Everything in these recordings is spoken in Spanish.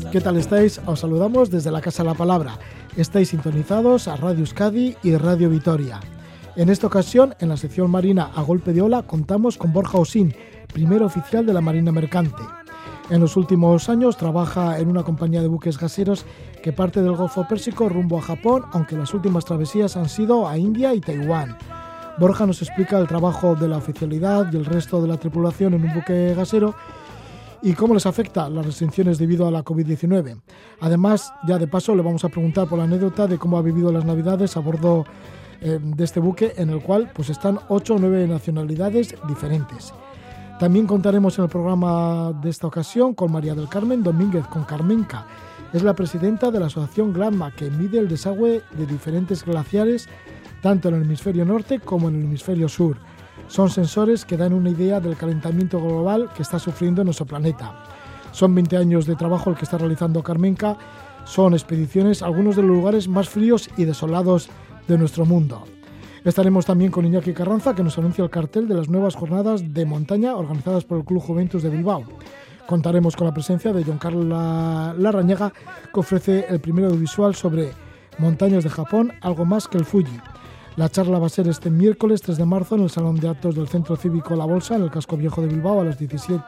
¿Qué tal estáis? Os saludamos desde la Casa de la Palabra. Estáis sintonizados a Radio Euskadi y Radio Vitoria. En esta ocasión, en la sección marina A Golpe de Ola, contamos con Borja Osín, primer oficial de la Marina Mercante. En los últimos años trabaja en una compañía de buques gaseros que parte del Golfo Pérsico rumbo a Japón, aunque las últimas travesías han sido a India y Taiwán. Borja nos explica el trabajo de la oficialidad y el resto de la tripulación en un buque gasero y cómo les afecta las restricciones debido a la COVID-19. Además, ya de paso, le vamos a preguntar por la anécdota de cómo ha vivido las Navidades a bordo de este buque, en el cual pues están 8 o 9 nacionalidades diferentes. También contaremos en el programa de esta ocasión con María del Carmen Domínguez, con Carmenca. Es la presidenta de la asociación GLAMA, que mide el desagüe de diferentes glaciares, tanto en el hemisferio norte como en el hemisferio sur. Son sensores que dan una idea del calentamiento global que está sufriendo nuestro planeta. Son 20 años de trabajo el que está realizando Carmenca. Son expediciones a algunos de los lugares más fríos y desolados de nuestro mundo. Estaremos también con Iñaki Carranza, que nos anuncia el cartel de las nuevas jornadas de montaña organizadas por el Club Juventus de Bilbao. Contaremos con la presencia de Giancarlo Larrañaga, que ofrece el primer audiovisual sobre montañas de Japón, algo más que el Fuji. La charla va a ser este miércoles 3 de marzo en el Salón de Actos del Centro Cívico La Bolsa, en el Casco Viejo de Bilbao, a las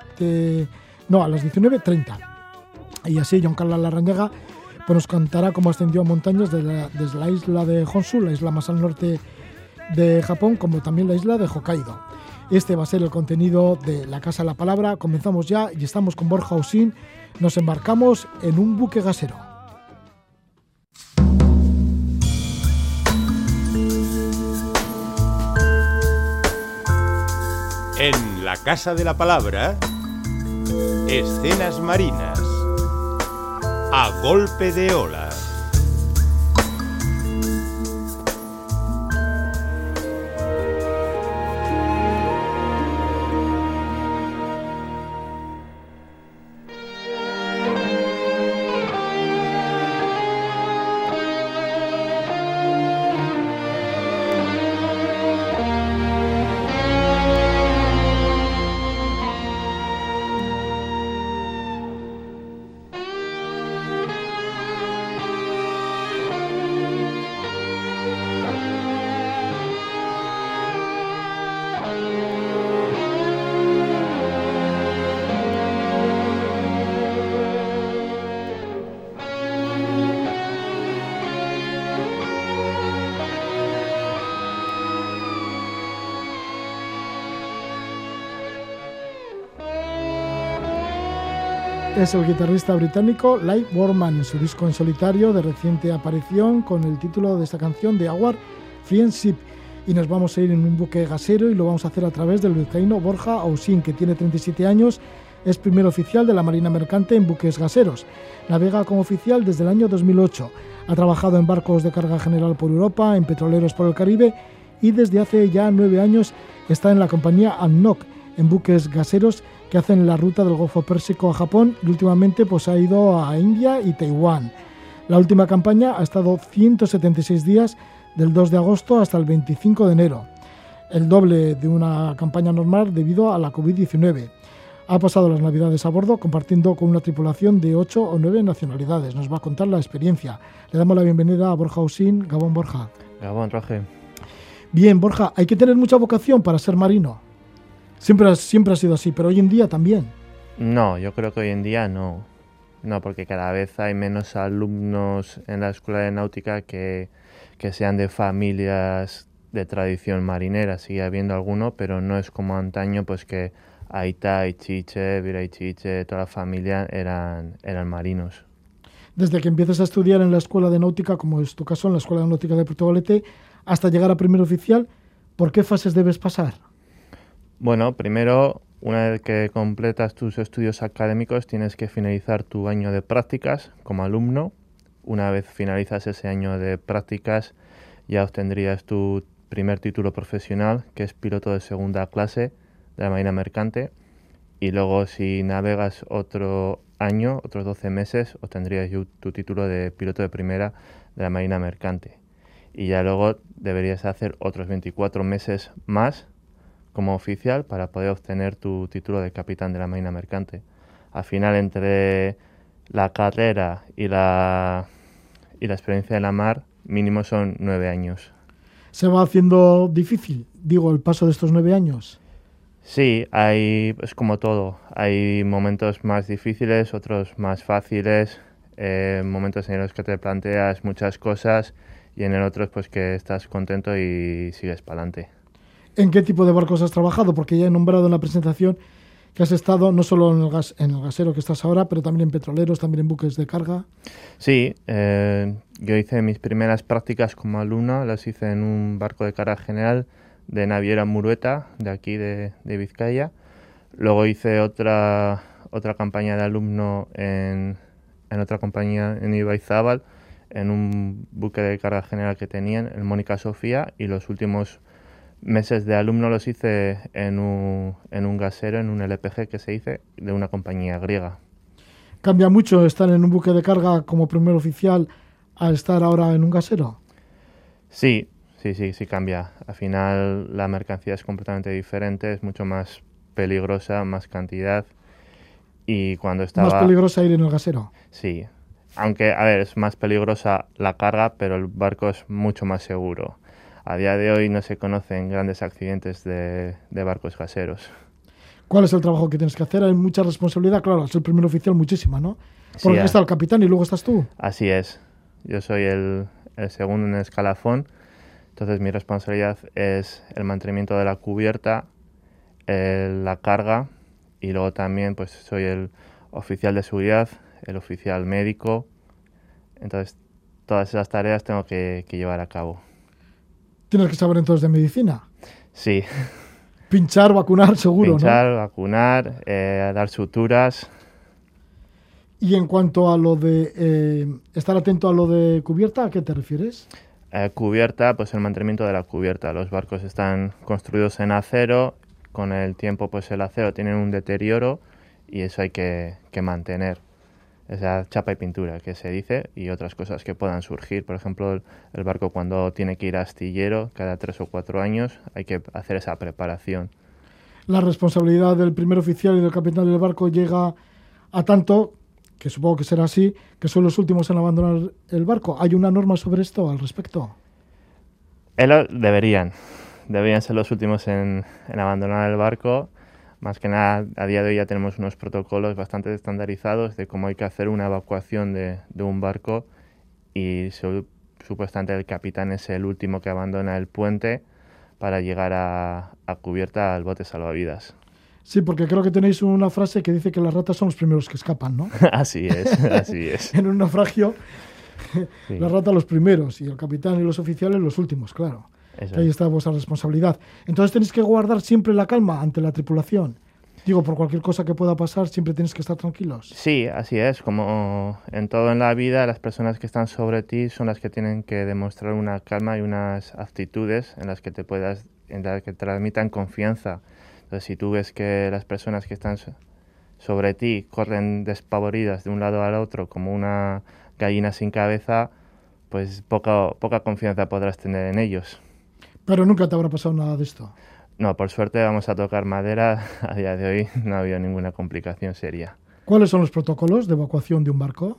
19:30. Y así Giancarlo Larrañaga pues nos contará cómo ascendió a montañas desde la isla de Honshu, la isla más al norte de Japón, como también la isla de Hokkaido. Este va a ser el contenido de La Casa de la Palabra. Comenzamos ya y estamos con Borja Osín. Nos embarcamos en un buque gasero. En La Casa de la Palabra, escenas marinas, a golpe de ola. Es el guitarrista británico Leigh Boorman en su disco en solitario de reciente aparición con el título de esta canción de Our Friendship. Y nos vamos a ir en un buque gasero y lo vamos a hacer a través del vizcaíno Borja Osín, que tiene 37 años, es primer oficial de la Marina Mercante en buques gaseros. Navega como oficial desde el año 2008. Ha trabajado en barcos de carga general por Europa, en petroleros por el Caribe y desde hace ya 9 años está en la compañía ADNOC, en buques gaseros que hacen la ruta del Golfo Pérsico a Japón y últimamente pues ha ido a India y Taiwán. La última campaña ha estado 176 días del 2 de agosto hasta el 25 de enero, el doble de una campaña normal debido a la COVID-19. Ha pasado las Navidades a bordo compartiendo con una tripulación de 8 o 9 nacionalidades. Nos va a contar la experiencia. Le damos la bienvenida a Borja Osín. Gabón, Borja. Gabón, Roge. Bien, Borja, hay que tener mucha vocación para ser marino. Siempre ha sido así, pero hoy en día también. No, yo creo que hoy en día no. No, porque cada vez hay menos alumnos en la escuela de náutica que sean de familias de tradición marinera. Sigue habiendo alguno, pero no es como antaño, pues que Aita, Ichiche, Vira Ichiche, toda la familia eran marinos. Desde que empiezas a estudiar en la escuela de náutica, como es tu caso, en la escuela de náutica de Portugalete, hasta llegar a primer oficial, ¿por qué fases debes pasar? Bueno, primero, una vez que completas tus estudios académicos, tienes que finalizar tu año de prácticas como alumno. Una vez finalizas ese año de prácticas, ya obtendrías tu primer título profesional, que es piloto de segunda clase de la Marina Mercante. Y luego, si navegas otro año, otros 12 meses, obtendrías tu título de piloto de primera de la Marina Mercante. Y ya luego deberías hacer otros 24 meses más como oficial para poder obtener tu título de capitán de la Marina Mercante. Al final, entre La carrera y la experiencia de la mar mínimo son 9 años. ¿Se va haciendo difícil, digo, el paso de estos 9 años? Sí, es como todo. Hay momentos más difíciles, otros más fáciles, momentos en los que te planteas muchas cosas y en el otro pues que estás contento y sigues para adelante. ¿En qué tipo de barcos has trabajado? Porque ya he nombrado en la presentación que has estado no solo en el gasero que estás ahora, pero también en petroleros, también en buques de carga. Sí, yo hice mis primeras prácticas como alumno, las hice en un barco de carga general de Naviera Murueta, de aquí de Vizcaya. Luego hice otra campaña de alumno en otra compañía en Ibaizábal, en un buque de carga general que tenían, el Mónica Sofía, y los últimos meses de alumno los hice en un gasero, en un LPG que se dice, de una compañía griega. ¿Cambia mucho estar en un buque de carga como primer oficial a estar ahora en un gasero? Sí cambia. Al final la mercancía es completamente diferente, es mucho más peligrosa, más cantidad. Y cuando estaba... ¿Más peligrosa ir en el gasero? Sí. Aunque, a ver, es más peligrosa la carga, pero el barco es mucho más seguro. A día de hoy no se conocen grandes accidentes de barcos gaseros. ¿Cuál es el trabajo que tienes que hacer? Hay mucha responsabilidad, claro, es el primer oficial, muchísima, ¿no? Porque Sí, está el capitán y luego estás tú. Así es. Yo soy el segundo en el escalafón. Entonces mi responsabilidad es el mantenimiento de la cubierta, la carga, y luego también pues soy el oficial de seguridad, el oficial médico. Entonces todas esas tareas tengo que llevar a cabo. Tienes que saber entonces de medicina. Sí. Pinchar, vacunar, seguro, Pinchar, ¿no? vacunar, dar suturas. Y en cuanto a lo de estar atento a lo de cubierta, ¿a qué te refieres? Cubierta, pues el mantenimiento de la cubierta. Los barcos están construidos en acero. Con el tiempo, pues el acero tiene un deterioro y eso hay que mantener. Esa chapa y pintura que se dice, y otras cosas que puedan surgir. Por ejemplo, el barco cuando tiene que ir a astillero cada 3 o 4 años, hay que hacer esa preparación. La responsabilidad del primer oficial y del capitán del barco llega a tanto, que supongo que será así, que son los últimos en abandonar el barco. ¿Hay una norma sobre esto al respecto? Deberían ser los últimos en abandonar el barco. Más que nada, a día de hoy ya tenemos unos protocolos bastante estandarizados de cómo hay que hacer una evacuación de un barco y supuestamente el capitán es el último que abandona el puente para llegar a cubierta al bote salvavidas. Sí, porque creo que tenéis una frase que dice que las ratas son los primeros que escapan, ¿no? Así es. En un naufragio, Sí. las ratas los primeros y el capitán y los oficiales los últimos, claro. Ahí está vuestra responsabilidad. Entonces tenéis que guardar siempre la calma ante la tripulación. Digo, por cualquier cosa que pueda pasar, siempre tenéis que estar tranquilos. Sí, así es. Como en todo en la vida, las personas que están sobre ti son las que tienen que demostrar una calma y unas actitudes en las que en las que transmitan confianza. Entonces, si tú ves que las personas que están sobre ti corren despavoridas de un lado al otro como una gallina sin cabeza, pues poca confianza podrás tener en ellos. Pero nunca te habrá pasado nada de esto. No, por suerte vamos a tocar madera. A día de hoy no ha habido ninguna complicación seria. ¿Cuáles son los protocolos de evacuación de un barco?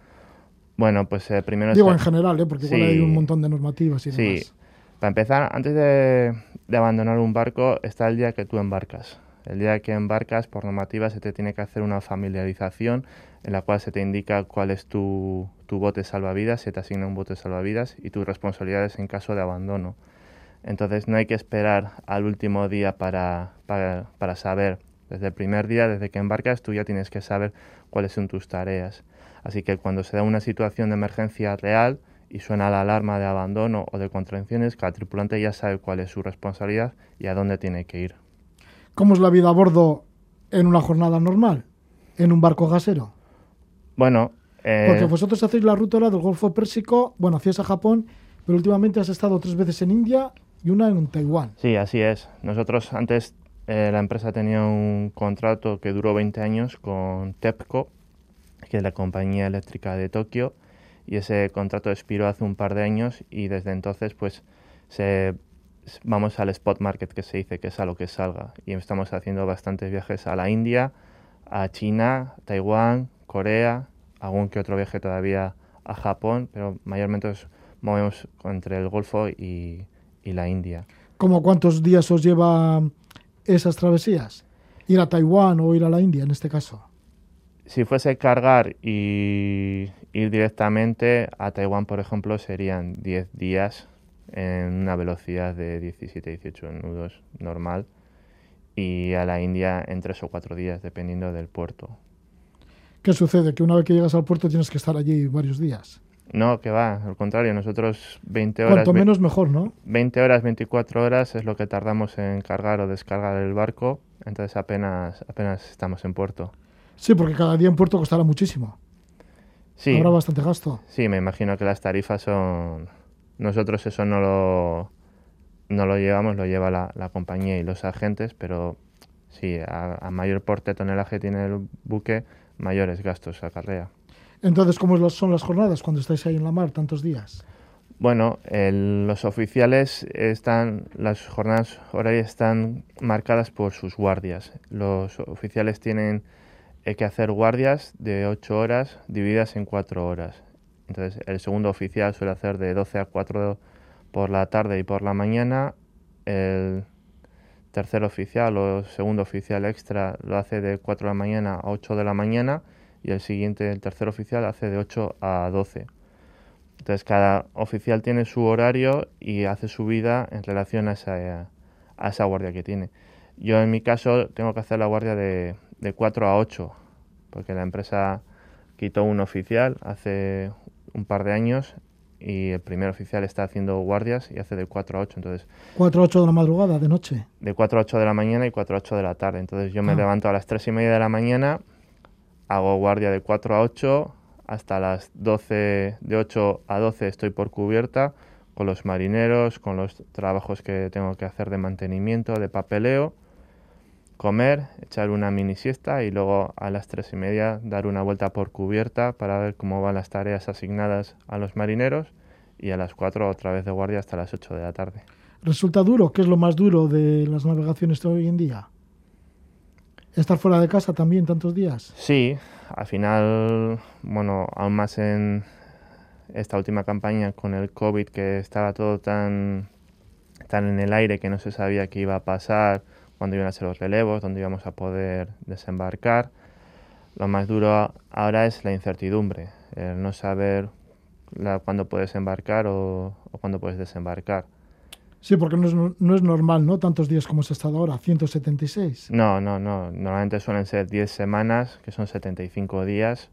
Bueno, pues primero... Digo en general, porque sí, igual hay un montón de normativas y demás. Sí, para empezar, antes de abandonar un barco está el día que tú embarcas. El día que embarcas, por normativa, se te tiene que hacer una familiarización en la cual se te indica cuál es tu bote salvavidas, se te asigna un bote salvavidas y tus responsabilidades en caso de abandono. Entonces no hay que esperar al último día para saber. Desde el primer día, desde que embarcas, tú ya tienes que saber cuáles son tus tareas. Así que cuando se da una situación de emergencia real y suena la alarma de abandono o de contracciones, cada tripulante ya sabe cuál es su responsabilidad y a dónde tiene que ir. ¿Cómo es la vida a bordo en una jornada normal? ¿En un barco gasero? Bueno... Porque vosotros hacéis la ruta del Golfo Pérsico, bueno, hacías a Japón, pero últimamente has estado 3 veces en India y una en Taiwán. Sí, así es. Nosotros antes, la empresa tenía un contrato que duró 20 años con TEPCO, que es la compañía eléctrica de Tokio, y ese contrato expiró hace un par de años y desde entonces pues vamos al spot market, que se dice, que es a lo que salga, y estamos haciendo bastantes viajes a la India, a China, Taiwán, Corea algún que otro viaje todavía a Japón, pero mayormente nos movemos entre el Golfo y la India. ¿Cómo cuántos días os lleva esas travesías? Ir a Taiwán o ir a la India en este caso. Si fuese cargar y ir directamente a Taiwán, por ejemplo, serían 10 días en una velocidad de 17-18 nudos normal, y a la India en 3 o 4 días, dependiendo del puerto. ¿Qué sucede? ¿Que una vez que llegas al puerto tienes que estar allí varios días? No, que va, al contrario, nosotros 20 horas... Cuanto menos mejor, ¿no? 20 horas, 24 horas es lo que tardamos en cargar o descargar el barco, entonces apenas estamos en puerto. Sí, porque cada día en puerto costará muchísimo. Sí, habrá bastante gasto. Sí, me imagino que las tarifas son... Nosotros eso no lo llevamos, lo lleva la compañía y los agentes, pero sí, a mayor porte tonelaje tiene el buque, mayores gastos acarrea. Entonces, ¿cómo son las jornadas cuando estáis ahí en la mar tantos días? Bueno, los oficiales las jornadas horarias están marcadas por sus guardias. Los oficiales tienen que hacer guardias de 8 horas divididas en 4 horas. Entonces, el segundo oficial suele hacer de 12 a 4 por la tarde y por la mañana. El tercer oficial o segundo oficial extra lo hace de 4 de la mañana a 8 de la mañana, y el tercer oficial hace de 8 a 12. Entonces, cada oficial tiene su horario y hace su vida en relación a esa guardia que tiene. Yo, en mi caso, tengo que hacer la guardia de 4 a 8, porque la empresa quitó un oficial hace un par de años y el primer oficial está haciendo guardias y hace de 4 a 8. Entonces, 4 a 8 de la madrugada, de noche. De 4 a 8 de la mañana y 4 a 8 de la tarde. Entonces, yo me levanto a las 3:30 de la mañana, hago guardia de 4 a 8, hasta las 12, de 8 a 12 estoy por cubierta con los marineros, con los trabajos que tengo que hacer de mantenimiento, de papeleo, comer, echar una mini siesta y luego a las 3:30 dar una vuelta por cubierta para ver cómo van las tareas asignadas a los marineros, y a las 4 otra vez de guardia hasta las 8 de la tarde. ¿Resulta duro? ¿Qué es lo más duro de las navegaciones de hoy en día? ¿Estar fuera de casa también tantos días? Sí, al final, bueno, aún más en esta última campaña con el COVID, que estaba todo tan en el aire que no se sabía qué iba a pasar, cuándo iban a ser los relevos, dónde íbamos a poder desembarcar. Lo más duro ahora es la incertidumbre, el no saber cuándo puedes embarcar o cuándo puedes desembarcar. Sí, porque no es normal, ¿no? Tantos días como se ha estado ahora, 176. No. Normalmente suelen ser 10 semanas, que son 75 días.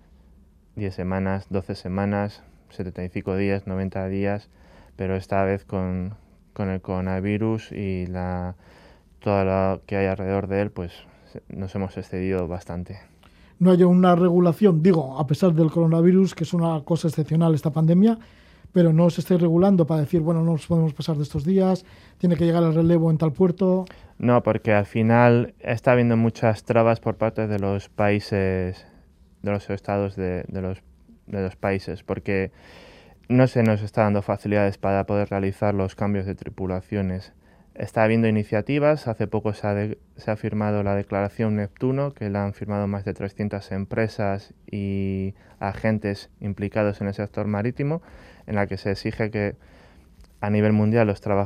10 semanas, 12 semanas, 75 días, 90 días. Pero esta vez con el coronavirus y todo lo que hay alrededor de él, pues nos hemos excedido bastante. No hay una regulación, digo, a pesar del coronavirus, que es una cosa excepcional esta pandemia, pero no se esté regulando para decir, bueno, no nos podemos pasar de estos días, tiene que llegar el relevo en tal puerto. No, porque al final está habiendo muchas trabas por parte de los países, de los estados de los países, porque no se nos está dando facilidades para poder realizar los cambios de tripulaciones. Está habiendo iniciativas, hace poco se ha firmado la Declaración Neptuno, que la han firmado más de 300 empresas y agentes implicados en el sector marítimo, en la que se exige que a nivel mundial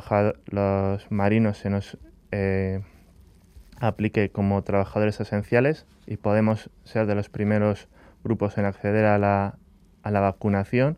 los marinos se nos aplique como trabajadores esenciales, y podemos ser de los primeros grupos en acceder a la vacunación,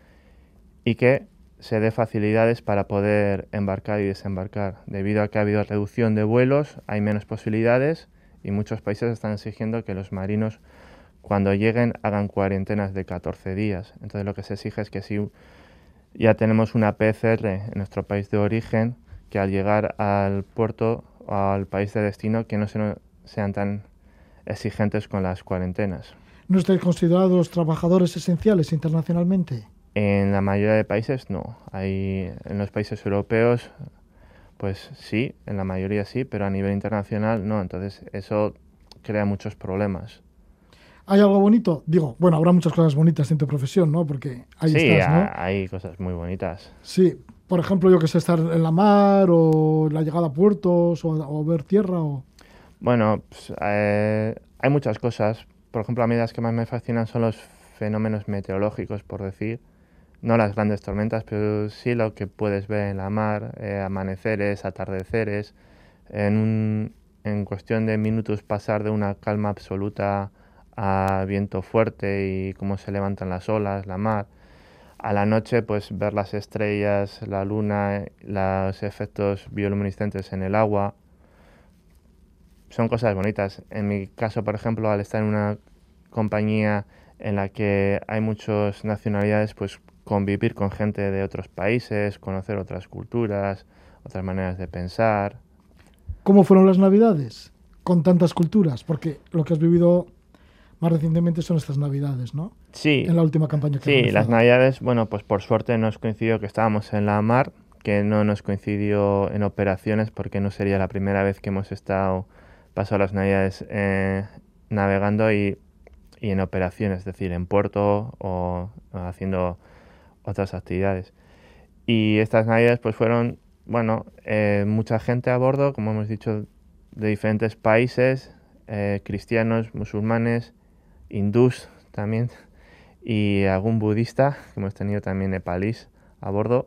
y que se dé facilidades para poder embarcar y desembarcar. Debido a que ha habido reducción de vuelos, hay menos posibilidades, y muchos países están exigiendo que los marinos, cuando lleguen, hagan cuarentenas de 14 días. Entonces, lo que se exige es que si ya tenemos una PCR en nuestro país de origen, que al llegar al puerto o al país de destino, que no sean tan exigentes con las cuarentenas. ¿No estáis considerados trabajadores esenciales internacionalmente? En la mayoría de países no. En los países europeos, pues sí, en la mayoría sí, pero a nivel internacional no. Entonces eso crea muchos problemas. ¿Hay algo bonito? Digo, bueno, habrá muchas cosas bonitas en tu profesión, ¿no? Porque ahí estás, ¿no? Sí, hay cosas muy bonitas. Sí, por ejemplo, yo que sé, estar en la mar o la llegada a puertos o ver tierra o... Bueno, pues, hay muchas cosas. por ejemplo, a mí las que más me fascinan son los fenómenos meteorológicos, por decir. No las grandes tormentas, pero sí lo que puedes ver en la mar, amaneceres, atardeceres, en cuestión de minutos pasar de una calma absoluta a viento fuerte y cómo se levantan las olas, la mar. A la noche, pues ver las estrellas, la luna, los efectos bioluminiscentes en el agua. Son cosas bonitas. En mi caso, por ejemplo, al estar en una compañía en la que hay muchas nacionalidades, pues convivir con gente de otros países, conocer otras culturas, otras maneras de pensar. ¿Cómo fueron las Navidades con tantas culturas? Porque lo que has vivido más recientemente son estas Navidades, ¿no? Sí. En la última campaña que Sí, las Navidades, bueno, pues por suerte nos coincidió que estábamos en la mar, que no nos coincidió en operaciones porque no sería la primera vez que hemos pasado las Navidades navegando y en operaciones, es decir, en puerto o haciendo otras actividades. Y estas Navidades pues fueron, bueno, mucha gente a bordo, como hemos dicho, de diferentes países, cristianos, musulmanes, hindús también, y algún budista, que hemos tenido también nepalíes a bordo,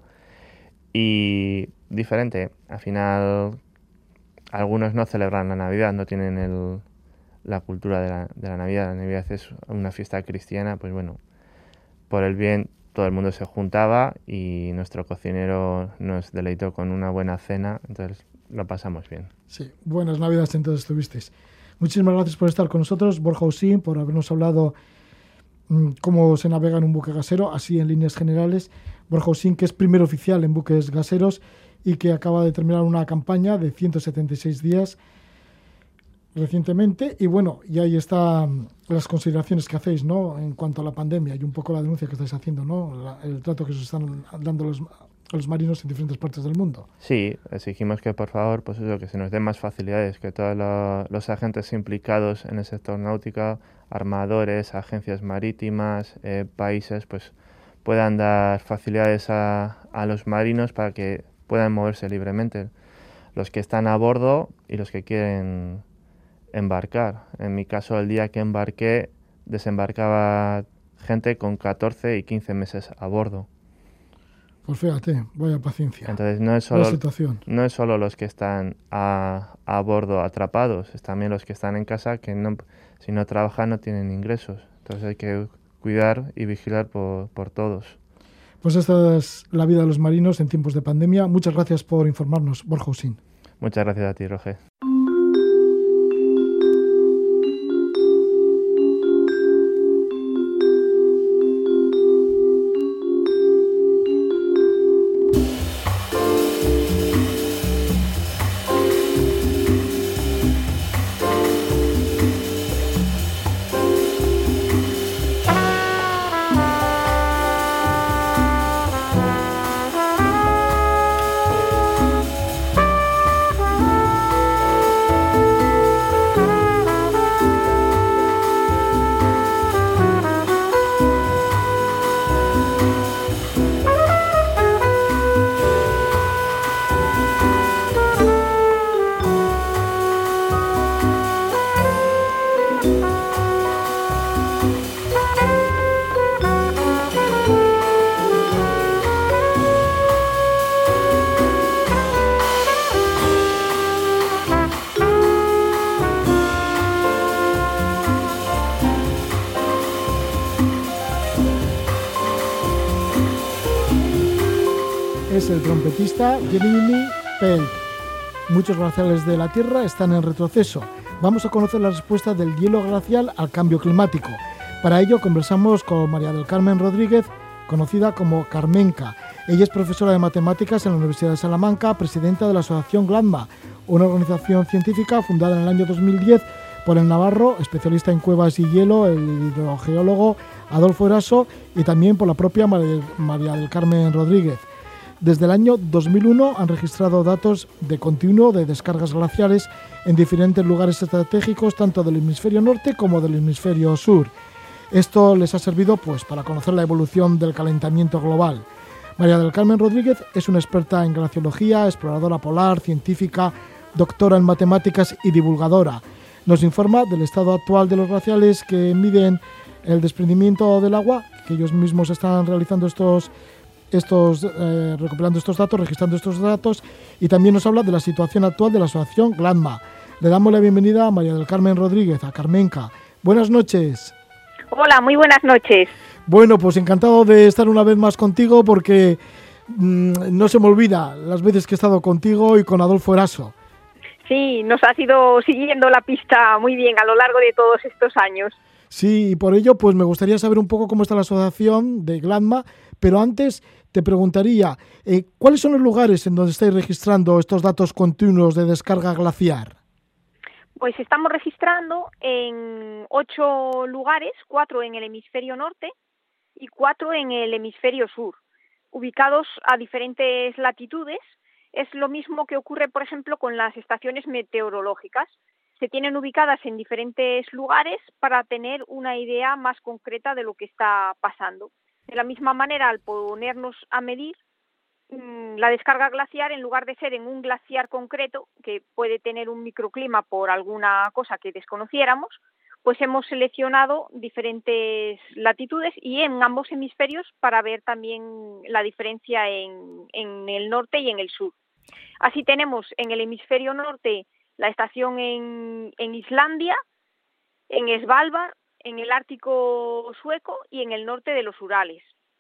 y diferente. Al final, algunos no celebran la Navidad, no tienen la cultura de la Navidad. La Navidad es una fiesta cristiana, pues bueno, por el bien todo el mundo se juntaba y nuestro cocinero nos deleitó con una buena cena, entonces lo pasamos bien. Sí, buenas Navidades entonces tuvisteis. Muchísimas gracias por estar con nosotros, Borja Usín, por habernos hablado cómo se navega en un buque gasero, así en líneas generales. Borja Usín, que es primer oficial en buques gaseros y que acaba de terminar una campaña de 176 días recientemente. Y bueno, y ahí están las consideraciones que hacéis, ¿no?, en cuanto a la pandemia y un poco la denuncia que estáis haciendo, ¿no?, el trato que se están dando a los marinos en diferentes partes del mundo. Sí, exigimos que por favor, pues eso, que se nos den más facilidades, que todos los agentes implicados en el sector náutico, armadores, agencias marítimas, países, pues puedan dar facilidades a los marinos para que puedan moverse libremente, los que están a bordo y los que quieren embarcar. En mi caso, el día que embarqué, desembarcaba gente con 14 y 15 meses a bordo. Pues fíjate, vaya paciencia. Entonces no es solo los que están a bordo atrapados, es también los que están en casa que si no trabajan no tienen ingresos. Entonces hay que cuidar y vigilar por todos. Pues esta es la vida de los marinos en tiempos de pandemia. Muchas gracias por informarnos, Borja Usín. Muchas gracias a ti, Roger. Es el trompetista Jeremy Pelt. Muchos glaciares de la Tierra están en retroceso. Vamos a conocer la respuesta del hielo glacial al cambio climático. Para ello conversamos con María del Carmen Rodríguez, conocida como Carmenca. Ella es profesora de matemáticas en la Universidad de Salamanca, presidenta de la Asociación GLADMA, una organización científica fundada en el año 2010 por el navarro, especialista en cuevas y hielo, el hidrogeólogo Adolfo Eraso, y también por la propia María del Carmen Rodríguez. Desde el año 2001 han registrado datos de continuo de descargas glaciares en diferentes lugares estratégicos, tanto del hemisferio norte como del hemisferio sur. Esto les ha servido pues para conocer la evolución del calentamiento global. María del Carmen Rodríguez es una experta en glaciología, exploradora polar, científica, doctora en matemáticas y divulgadora. nos informa del estado actual de los glaciales que miden el desprendimiento del agua, que ellos mismos están realizando recopilando estos datos, registrando estos datos, y también nos habla de la situación actual de la asociación GLADMA. Le damos la bienvenida a María del Carmen Rodríguez, a Carmenca. Buenas noches. Hola, muy buenas noches. Bueno, pues encantado de estar una vez más contigo porque no se me olvida las veces que he estado contigo y con Adolfo Eraso. Sí, nos has ido siguiendo la pista muy bien a lo largo de todos estos años. Sí, y por ello pues me gustaría saber un poco cómo está la asociación de GLADMA, pero antes te preguntaría, ¿cuáles son los lugares en donde estáis registrando estos datos continuos de descarga glaciar? Pues estamos registrando en 8 lugares, 4 en el hemisferio norte y 4 en el hemisferio sur, ubicados a diferentes latitudes. Es lo mismo que ocurre, por ejemplo, con las estaciones meteorológicas. Se tienen ubicadas en diferentes lugares para tener una idea más concreta de lo que está pasando. De la misma manera, al ponernos a medir la descarga glaciar, en lugar de ser en un glaciar concreto, que puede tener un microclima por alguna cosa que desconociéramos, pues hemos seleccionado diferentes latitudes y en ambos hemisferios para ver también la diferencia en el norte y en el sur. Así tenemos en el hemisferio norte la estación en Islandia, en Svalbard, en el Ártico sueco y en el norte de los Urales.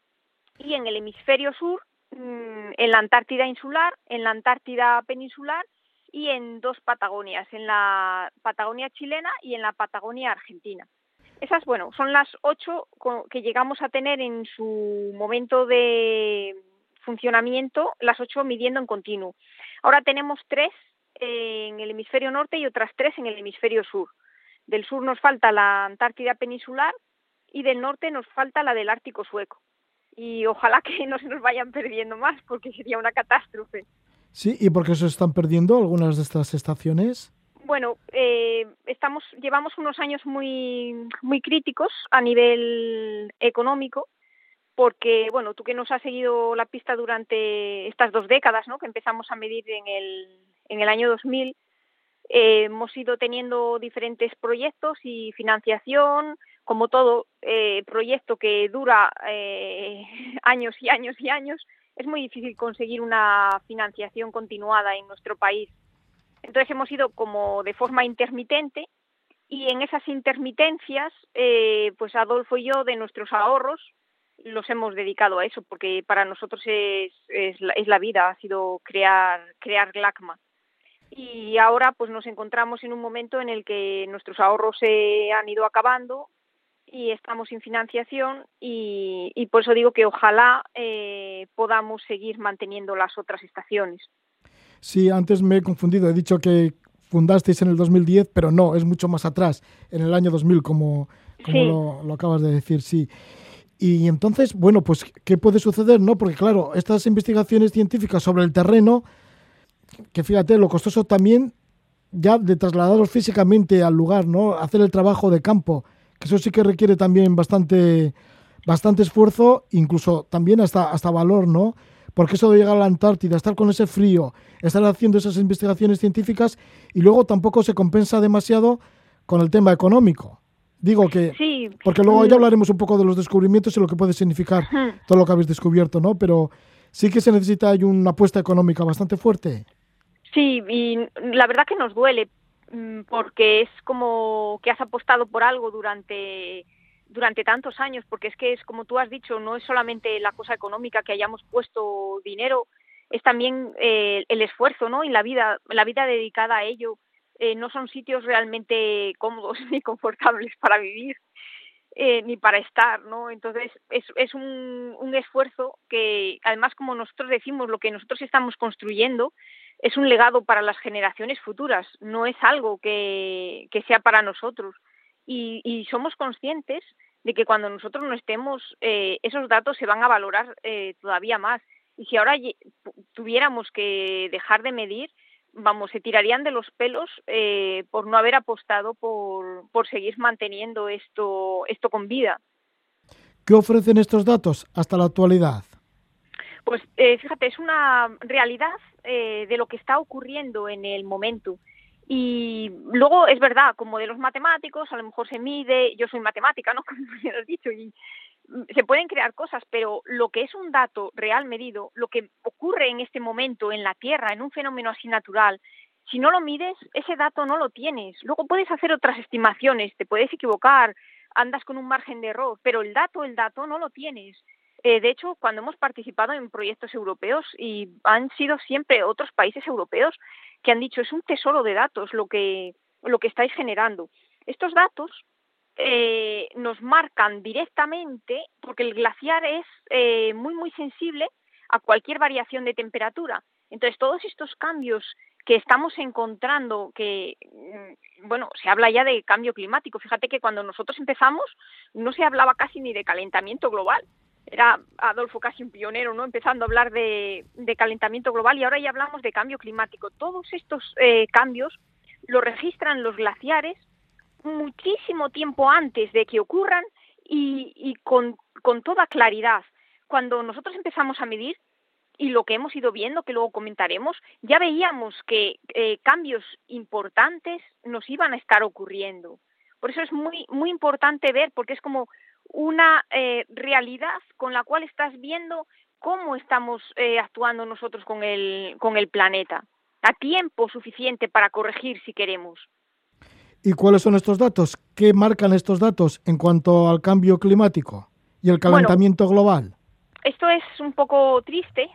Y en el hemisferio sur, en la Antártida insular, en la Antártida peninsular y en 2 Patagonias, en la Patagonia chilena y en la Patagonia argentina. Esas, bueno, son las 8 que llegamos a tener en su momento de funcionamiento, las 8 midiendo en continuo. Ahora tenemos 3 en el hemisferio norte y otras 3 en el hemisferio sur. Del sur nos falta la Antártida peninsular y del norte nos falta la del Ártico sueco. Y ojalá que no se nos vayan perdiendo más, porque sería una catástrofe. Sí, ¿y por qué se están perdiendo algunas de estas estaciones? Bueno, llevamos unos años muy, muy críticos a nivel económico, porque, bueno, tú que nos has seguido la pista durante estas 2 décadas, ¿no?, que empezamos a medir en el año 2000, hemos ido teniendo diferentes proyectos y financiación. Como todo proyecto que dura años y años y años, es muy difícil conseguir una financiación continuada en nuestro país. Entonces hemos ido como de forma intermitente y en esas intermitencias, pues Adolfo y yo de nuestros ahorros los hemos dedicado a eso, porque para nosotros es la vida, ha sido crear GLADMA. Y ahora pues nos encontramos en un momento en el que nuestros ahorros se han ido acabando y estamos sin financiación y por eso digo que ojalá podamos seguir manteniendo las otras estaciones. Sí, antes me he confundido, he dicho que fundasteis en el 2010, pero no, es mucho más atrás, en el año 2000, como sí. lo acabas de decir, sí. Y entonces, bueno, pues, ¿qué puede suceder, no? Porque claro, estas investigaciones científicas sobre el terreno, que fíjate, lo costoso también ya de trasladarlos físicamente al lugar, ¿no? Hacer el trabajo de campo, que eso sí que requiere también bastante esfuerzo, incluso también hasta valor, ¿no? Porque eso de llegar a la Antártida, estar con ese frío, estar haciendo esas investigaciones científicas y luego tampoco se compensa demasiado con el tema económico. Digo que, sí, porque luego ya hablaremos un poco de los descubrimientos y lo que puede significar todo lo que habéis descubierto, ¿no? Pero sí que se necesita una apuesta económica bastante fuerte. Sí, y la verdad que nos duele, porque es como que has apostado por algo durante tantos años, porque es que es como tú has dicho, no es solamente la cosa económica que hayamos puesto dinero, es también el esfuerzo, ¿no? Y la vida dedicada a ello. No son sitios realmente cómodos ni confortables para vivir, ni para estar, ¿no? Entonces es un esfuerzo que, además, como nosotros decimos, lo que nosotros estamos construyendo es un legado para las generaciones futuras, no es algo que sea para nosotros. Y somos conscientes de que cuando nosotros no estemos, esos datos se van a valorar todavía más. Y si ahora tuviéramos que dejar de medir, vamos, se tirarían de los pelos por no haber apostado por seguir manteniendo esto con vida. ¿Qué ofrecen estos datos hasta la actualidad? Pues fíjate, es una realidad de lo que está ocurriendo en el momento. Y luego es verdad, como de los matemáticos, a lo mejor se mide, yo soy matemática, ¿no? Como ya has dicho, y se pueden crear cosas, pero lo que es un dato real medido, lo que ocurre en este momento en la Tierra, en un fenómeno así natural, si no lo mides, ese dato no lo tienes. Luego puedes hacer otras estimaciones, te puedes equivocar, andas con un margen de error, pero el dato no lo tienes. De hecho, cuando hemos participado en proyectos europeos, y han sido siempre otros países europeos que han dicho, es un tesoro de datos lo que estáis generando. Estos datos nos marcan directamente, porque el glaciar es muy sensible a cualquier variación de temperatura. Entonces, todos estos cambios que estamos encontrando, que, bueno, se habla ya de cambio climático. Fíjate que cuando nosotros empezamos no se hablaba casi ni de calentamiento global. Era Adolfo casi un pionero, ¿no? Empezando a hablar de calentamiento global, y ahora ya hablamos de cambio climático. Todos estos cambios los registran los glaciares muchísimo tiempo antes de que ocurran y con toda claridad. Cuando nosotros empezamos a medir, y lo que hemos ido viendo, que luego comentaremos, ya veíamos que cambios importantes nos iban a estar ocurriendo. Por eso es muy importante ver, porque es como una realidad con la cual estás viendo cómo estamos actuando nosotros con el planeta, a tiempo suficiente para corregir si queremos. ¿Y cuáles son estos datos? ¿Qué marcan estos datos en cuanto al cambio climático y el calentamiento global? Esto es un poco triste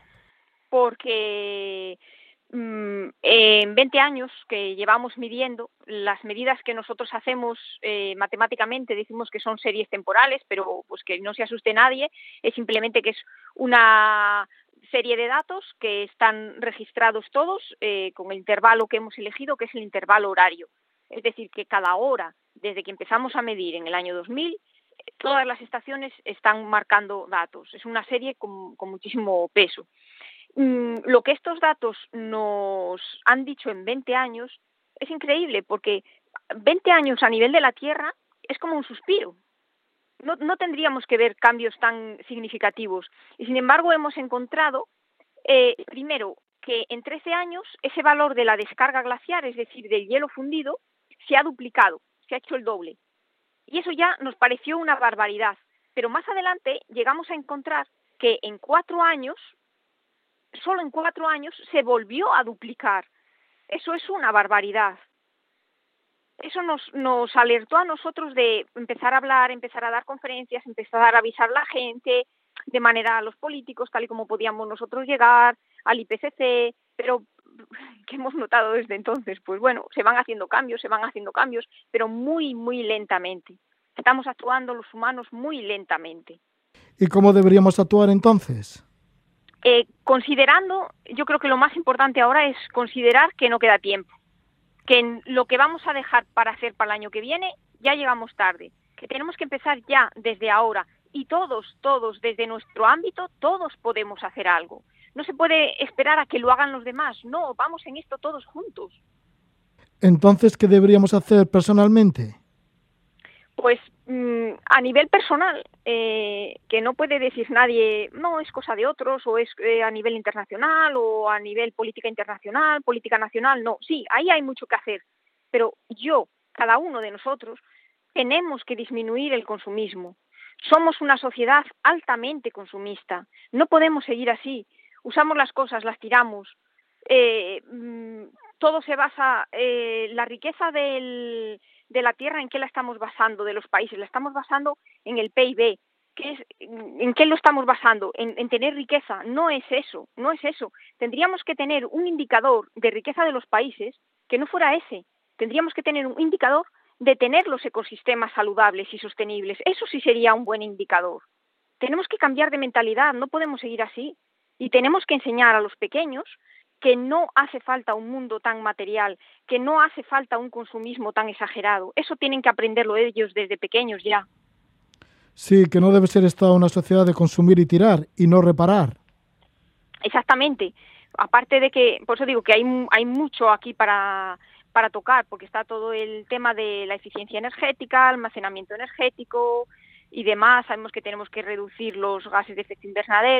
porque en 20 años que llevamos midiendo, las medidas que nosotros hacemos matemáticamente decimos que son series temporales, pero pues que no se asuste nadie, es simplemente que es una serie de datos que están registrados todos con el intervalo que hemos elegido, que es el intervalo horario. Es decir, que cada hora, desde que empezamos a medir en el año 2000, todas las estaciones están marcando datos. Es una serie con muchísimo peso. Lo que estos datos nos han dicho en 20 años es increíble, porque 20 años a nivel de la Tierra es como un suspiro. No tendríamos que ver cambios tan significativos. Y sin embargo hemos encontrado, primero, que en 13 años ese valor de la descarga glaciar, es decir, del hielo fundido, se ha duplicado, se ha hecho el doble. Y eso ya nos pareció una barbaridad. Pero más adelante llegamos a encontrar que en 4 años, solo en 4 años, se volvió a duplicar. Eso es una barbaridad. Eso nos alertó a nosotros de empezar a hablar, empezar a dar conferencias, empezar a avisar a la gente, de manera a los políticos, tal y como podíamos nosotros llegar, al IPCC, pero ¿qué hemos notado desde entonces? Pues bueno, se van haciendo cambios, pero muy lentamente. Estamos actuando los humanos muy lentamente. ¿Y cómo deberíamos actuar entonces? Considerando, yo creo que lo más importante ahora es considerar que no queda tiempo, que en lo que vamos a dejar para hacer para el año que viene ya llegamos tarde, que tenemos que empezar ya desde ahora, y todos desde nuestro ámbito, todos podemos hacer algo. No se puede esperar a que lo hagan los demás, no, vamos en esto todos juntos. Entonces, ¿qué deberíamos hacer personalmente? Pues a nivel personal, que no puede decir nadie, no, es cosa de otros, o es a nivel internacional, o a nivel política internacional, política nacional, no. Sí, ahí hay mucho que hacer, pero cada uno de nosotros, tenemos que disminuir el consumismo. Somos una sociedad altamente consumista, no podemos seguir así. Usamos las cosas, las tiramos, todo se basa, la riqueza de la tierra, ¿en qué la estamos basando? De los países, la estamos basando en el PIB. ¿En qué lo estamos basando? En tener riqueza. No es eso. Tendríamos que tener un indicador de riqueza de los países que no fuera ese. Tendríamos que tener un indicador de tener los ecosistemas saludables y sostenibles. Eso sí sería un buen indicador. Tenemos que cambiar de mentalidad, no podemos seguir así. Y tenemos que enseñar a los pequeños que no hace falta un mundo tan material, que no hace falta un consumismo tan exagerado. Eso tienen que aprenderlo ellos desde pequeños ya. Sí, que no debe ser esta una sociedad de consumir y tirar y no reparar. Exactamente. Aparte de que, por eso digo que hay mucho aquí para tocar, porque está todo el tema de la eficiencia energética, almacenamiento energético y demás. Sabemos que tenemos que reducir los gases de efecto invernadero,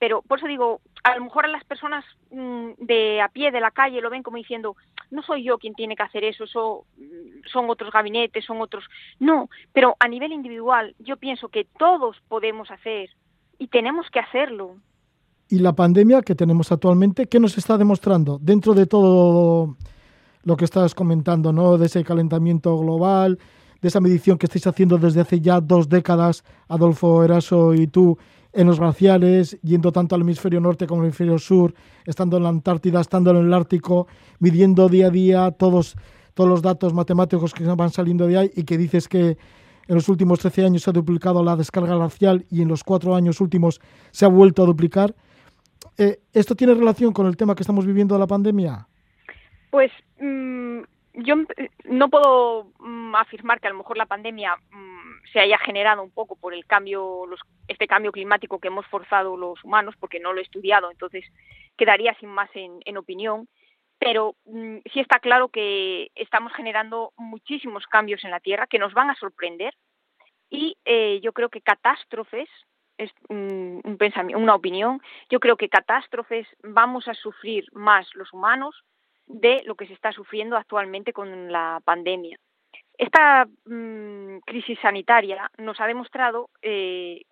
Pero por eso digo, a lo mejor a las personas de a pie de la calle lo ven como diciendo, no soy yo quien tiene que hacer eso son otros gabinetes, son otros... No, pero a nivel individual yo pienso que todos podemos hacer y tenemos que hacerlo. Y la pandemia que tenemos actualmente, ¿qué nos está demostrando dentro de todo lo que estás comentando, ¿no? De ese calentamiento global, de esa medición que estáis haciendo desde hace ya 2 décadas, Adolfo Eraso y tú, en los glaciares, yendo tanto al hemisferio norte como al hemisferio sur, estando en la Antártida, estando en el Ártico, midiendo día a día todos los datos matemáticos que van saliendo de ahí, y que dices que en los últimos 13 años se ha duplicado la descarga glacial y en los 4 años últimos se ha vuelto a duplicar. ¿Esto tiene relación con el tema que estamos viviendo de la pandemia? Pues yo no puedo afirmar que a lo mejor la pandemia se haya generado un poco por el cambio, este cambio climático que hemos forzado los humanos, porque no lo he estudiado, entonces quedaría sin más en opinión, pero sí está claro que estamos generando muchísimos cambios en la Tierra que nos van a sorprender, y yo creo que catástrofes, es un pensamiento, una opinión, yo creo que catástrofes vamos a sufrir más los humanos de lo que se está sufriendo actualmente con la pandemia. Esta crisis sanitaria nos ha demostrado que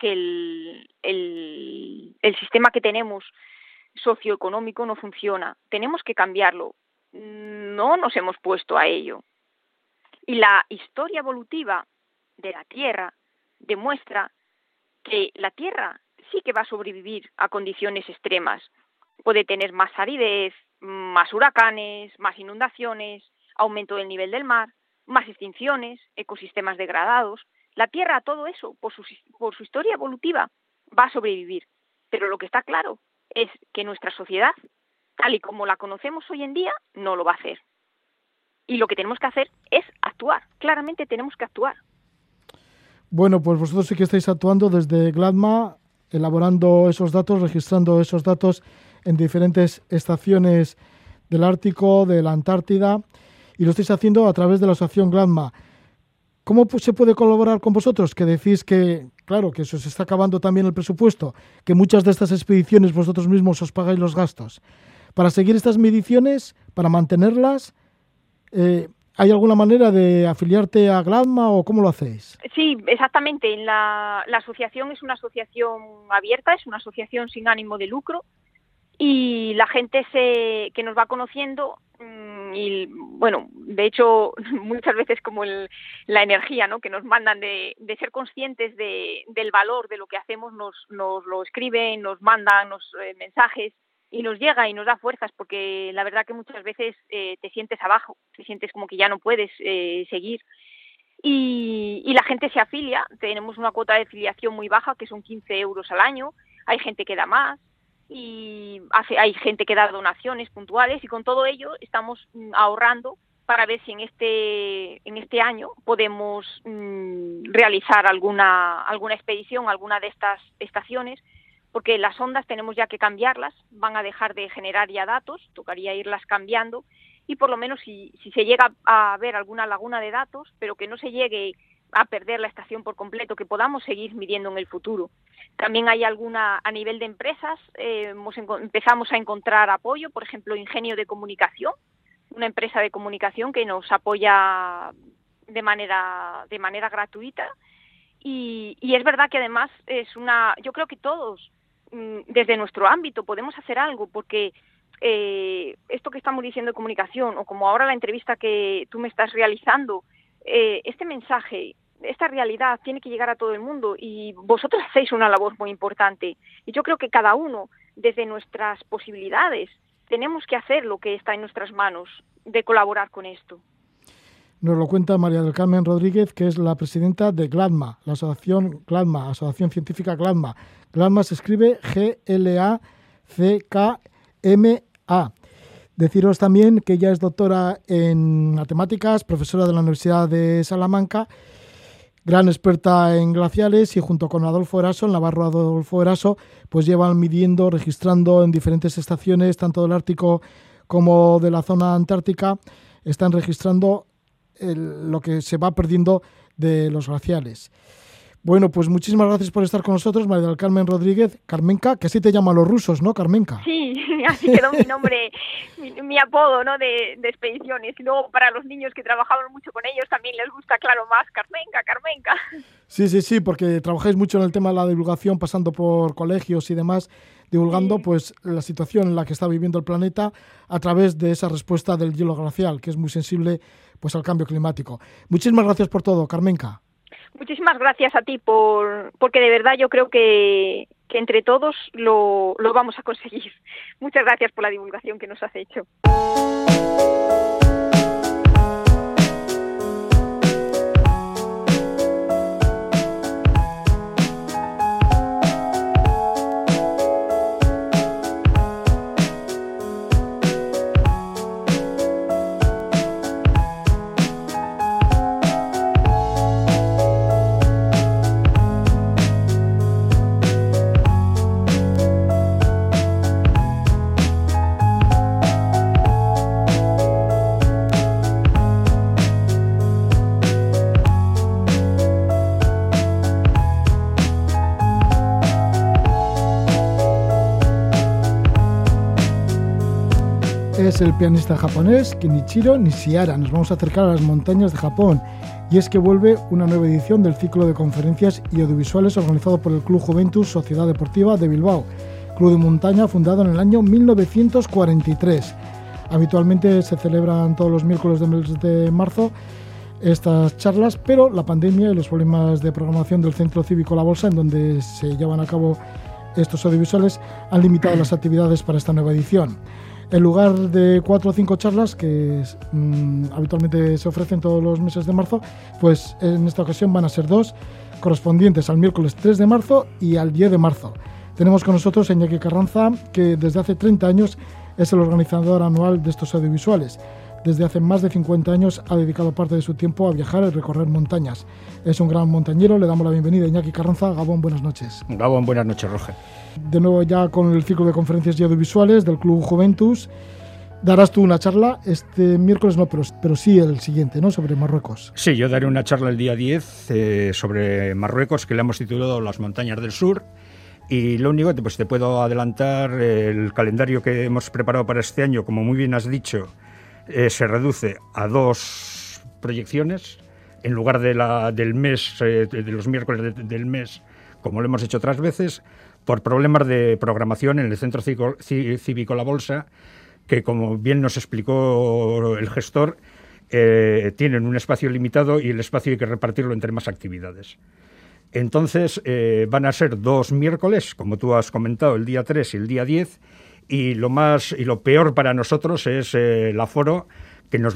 el sistema que tenemos socioeconómico no funciona. Tenemos que cambiarlo. No nos hemos puesto a ello. Y la historia evolutiva de la Tierra demuestra que la Tierra sí que va a sobrevivir a condiciones extremas. Puede tener más aridez, más huracanes, más inundaciones, aumento del nivel del mar, más extinciones, ecosistemas degradados. La Tierra a todo eso, por su historia evolutiva, va a sobrevivir. Pero lo que está claro es que nuestra sociedad, tal y como la conocemos hoy en día, no lo va a hacer. Y lo que tenemos que hacer es actuar. Claramente tenemos que actuar. Bueno, pues vosotros sí que estáis actuando desde GLADMA, elaborando esos datos, registrando esos datos en diferentes estaciones del Ártico, de la Antártida, y lo estáis haciendo a través de la asociación GLADMA. ¿Cómo se puede colaborar con vosotros? Que decís que, claro, que se os está acabando también el presupuesto, que muchas de estas expediciones vosotros mismos os pagáis los gastos. Para seguir estas mediciones, para mantenerlas, ¿hay alguna manera de afiliarte a GLADMA o cómo lo hacéis? Sí, exactamente. La asociación es una asociación abierta, es una asociación sin ánimo de lucro, y la gente que nos va conociendo, y bueno, de hecho muchas veces como la energía, ¿no?, que nos mandan de ser conscientes del valor de lo que hacemos, nos lo escriben, nos mandan mensajes, y nos llega y nos da fuerzas, porque la verdad que muchas veces te sientes abajo, te sientes como que ya no puedes seguir, y la gente se afilia. Tenemos una cuota de afiliación muy baja, que son 15 euros al año. Hay gente que da más, y hay gente que da donaciones puntuales, y con todo ello estamos ahorrando para ver si en este año podemos realizar alguna expedición, alguna de estas estaciones, porque las ondas tenemos ya que cambiarlas, van a dejar de generar ya datos, tocaría irlas cambiando, y por lo menos si se llega a ver alguna laguna de datos, pero que no se llegue a perder la estación por completo, que podamos seguir midiendo en el futuro. También hay alguna a nivel de empresas, empezamos a encontrar apoyo, por ejemplo, Ingenio de Comunicación, una empresa de comunicación que nos apoya de manera gratuita, y es verdad que además yo creo que todos desde nuestro ámbito podemos hacer algo, porque esto que estamos diciendo de comunicación, o como ahora la entrevista que tú me estás realizando, este mensaje, esta realidad tiene que llegar a todo el mundo, y vosotros hacéis una labor muy importante, y yo creo que cada uno, desde nuestras posibilidades, tenemos que hacer lo que está en nuestras manos de colaborar con esto. Nos lo cuenta María del Carmen Rodríguez, que es la presidenta de GLADMA, la asociación GLADMA, Asociación Científica GLADMA. GLADMA se escribe GLACKMA. Deciros también que ella es doctora en matemáticas, profesora de la Universidad de Salamanca, gran experta en glaciares, y junto con Adolfo Eraso, el navarro Adolfo Eraso, pues llevan midiendo, registrando en diferentes estaciones, tanto del Ártico como de la zona antártica, están registrando lo que se va perdiendo de los glaciares. Bueno, pues muchísimas gracias por estar con nosotros, María del Carmen Rodríguez, Carmenca, que así te llaman los rusos, ¿no, Carmenca? Sí, así quedó mi nombre, mi apodo, ¿no? de expediciones. Y luego para los niños que trabajamos mucho con ellos también les gusta, claro, más Carmenca. Sí, porque trabajáis mucho en el tema de la divulgación, pasando por colegios y demás, divulgando pues la situación en la que está viviendo el planeta a través de esa respuesta del hielo glacial, que es muy sensible pues al cambio climático. Muchísimas gracias por todo, Carmenca. Muchísimas gracias a ti porque de verdad yo creo que entre todos lo vamos a conseguir. Muchas gracias por la divulgación que nos has hecho. Es el pianista japonés Kenichiro Nishihara. Nos vamos a acercar a las montañas de Japón y es que vuelve una nueva edición del ciclo de conferencias y audiovisuales organizado por el Club Juventus Sociedad Deportiva de Bilbao, club de montaña fundado en el año 1943. Habitualmente se celebran todos los miércoles del mes de marzo estas charlas, pero la pandemia y los problemas de programación del Centro Cívico La Bolsa, en donde se llevan a cabo estos audiovisuales, han limitado las actividades para esta nueva edición. En lugar de 4 o 5 charlas que habitualmente se ofrecen todos los meses de marzo, pues en esta ocasión van a ser 2, correspondientes al miércoles 3 de marzo y al 10 de marzo. Tenemos con nosotros a Iñaki Carranza, que desde hace 30 años es el organizador anual de estos audiovisuales. Desde hace más de 50 años ha dedicado parte de su tiempo a viajar y recorrer montañas. Es un gran montañero. Le damos la bienvenida a Iñaki Carranza. Gabón, buenas noches. Gabón, buenas noches, Roger. De nuevo ya con el ciclo de conferencias y audiovisuales del Club Juventus. Darás tú una charla este miércoles, no, pero sí el siguiente, ¿no? Sobre Marruecos. Sí, yo daré una charla el día 10 sobre Marruecos, que le hemos titulado Las montañas del sur. Y lo único que pues, te puedo adelantar, el calendario que hemos preparado para este año, como muy bien has dicho, se reduce a 2 proyecciones en lugar del mes, de los miércoles del mes, como lo hemos hecho otras veces, por problemas de programación en el Centro Cívico La Bolsa, que como bien nos explicó el gestor, tienen un espacio limitado y el espacio hay que repartirlo entre más actividades. Entonces van a ser 2 miércoles, como tú has comentado, el día 3 y el día 10, y lo peor para nosotros es el aforo, que nos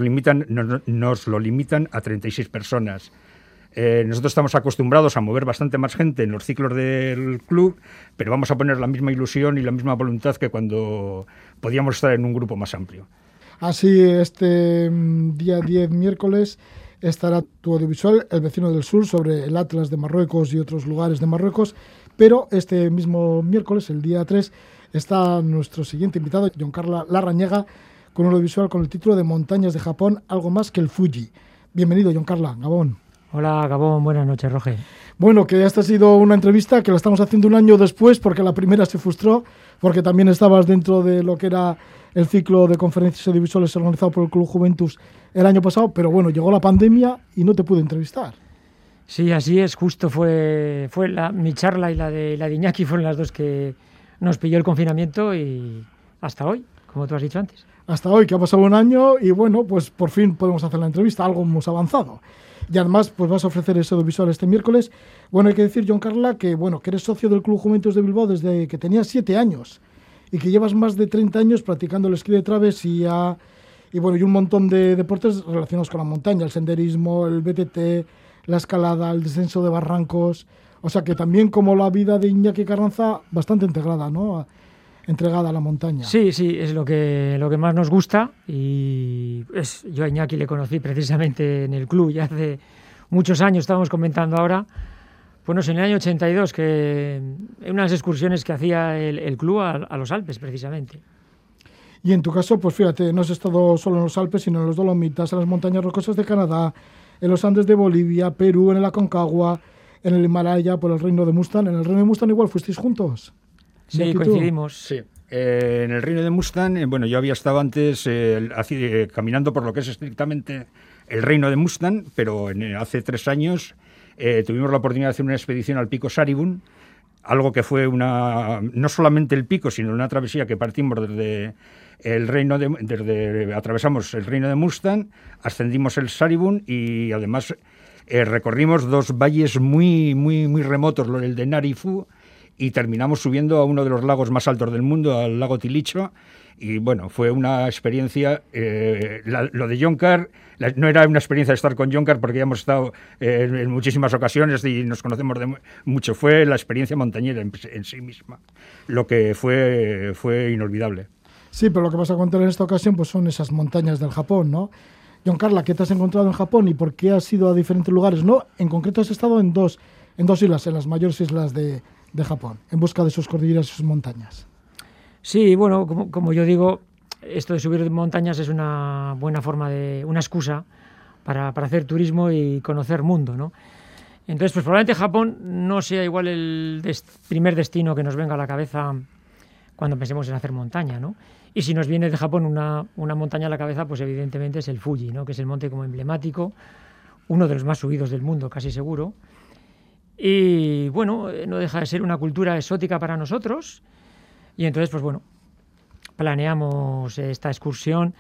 lo limitan a 36 personas. Nosotros estamos acostumbrados a mover bastante más gente en los ciclos del club, pero vamos a poner la misma ilusión y la misma voluntad que cuando podíamos estar en un grupo más amplio. Así, este día 10, miércoles, estará tu audiovisual, El vecino del sur, sobre el Atlas de Marruecos y otros lugares de Marruecos, pero este mismo miércoles, el día 3, está nuestro siguiente invitado, Jon Carla Larrañaga, con un audiovisual con el título de Montañas de Japón, algo más que el Fuji. Bienvenido, Jon Carla, Gabón. Hola, Gabón, buenas noches, Roger. Bueno, que esta ha sido una entrevista que la estamos haciendo un año después, porque la primera se frustró, porque también estabas dentro de lo que era el ciclo de conferencias audiovisuales organizado por el Club Juventus el año pasado, pero bueno, llegó la pandemia y no te pude entrevistar. Sí, así es, justo fue mi charla y la de Iñaki fueron las dos que nos pilló el confinamiento y hasta hoy, como tú has dicho antes. Hasta hoy, que ha pasado un año y bueno, pues por fin podemos hacer la entrevista, algo hemos avanzado. Y además, pues vas a ofrecer ese audiovisual este miércoles. Bueno, hay que decir, Jon Carla, que eres socio del Club Juventus de Bilbao desde que tenías 7 años y que llevas más de 30 años practicando el esquí de travesía y un montón de deportes relacionados con la montaña, el senderismo, el BTT, la escalada, el descenso de barrancos. O sea que también, como la vida de Iñaki Carranza, bastante integrada, ¿no? Entregada a la montaña. Sí, es lo que más nos gusta y yo a Iñaki le conocí precisamente en el club ya hace muchos años, estábamos comentando ahora, pues en el año 82, que en unas excursiones que hacía el club a los Alpes precisamente. Y en tu caso, pues fíjate, no has estado solo en los Alpes, sino en los Dolomitas, en las montañas rocosas de Canadá, en los Andes de Bolivia, Perú, en el Aconcagua, en el Himalaya, por el reino de Mustang. ¿En el reino de Mustang igual fuisteis juntos? Sí, coincidimos. Sí. En el reino de Mustang, bueno, yo había estado antes caminando por lo que es estrictamente el reino de Mustang, pero hace 3 años tuvimos la oportunidad de hacer una expedición al pico Saribun, algo que fue no solamente el pico, sino una travesía que partimos desde atravesamos el reino de Mustang, ascendimos el Saribun y además recorrimos 2 valles muy, muy, muy remotos, el de Narifu, y terminamos subiendo a uno de los lagos más altos del mundo, al lago Tilicho, y bueno, fue una experiencia, lo de Joncar, no era una experiencia de estar con Joncar porque ya hemos estado en muchísimas ocasiones y nos conocemos mucho, fue la experiencia montañera en sí misma, lo que fue inolvidable. Sí, pero lo que vas a contar en esta ocasión pues son esas montañas del Japón, ¿no? John Carla, ¿qué te has encontrado en Japón y por qué has ido a diferentes lugares? No, en concreto has estado en dos islas, en las mayores islas de Japón, en busca de sus cordilleras y sus montañas. Sí, bueno, como yo digo, esto de subir montañas es una buena una excusa para hacer turismo y conocer mundo, ¿no? Entonces, pues probablemente Japón no sea igual el primer destino que nos venga a la cabeza cuando pensemos en hacer montaña, ¿no? Y si nos viene de Japón una montaña a la cabeza, pues evidentemente es el Fuji, ¿no? Que es el monte como emblemático, uno de los más subidos del mundo, casi seguro. Y bueno, no deja de ser una cultura exótica para nosotros. Y entonces, pues bueno, planeamos esta excursión.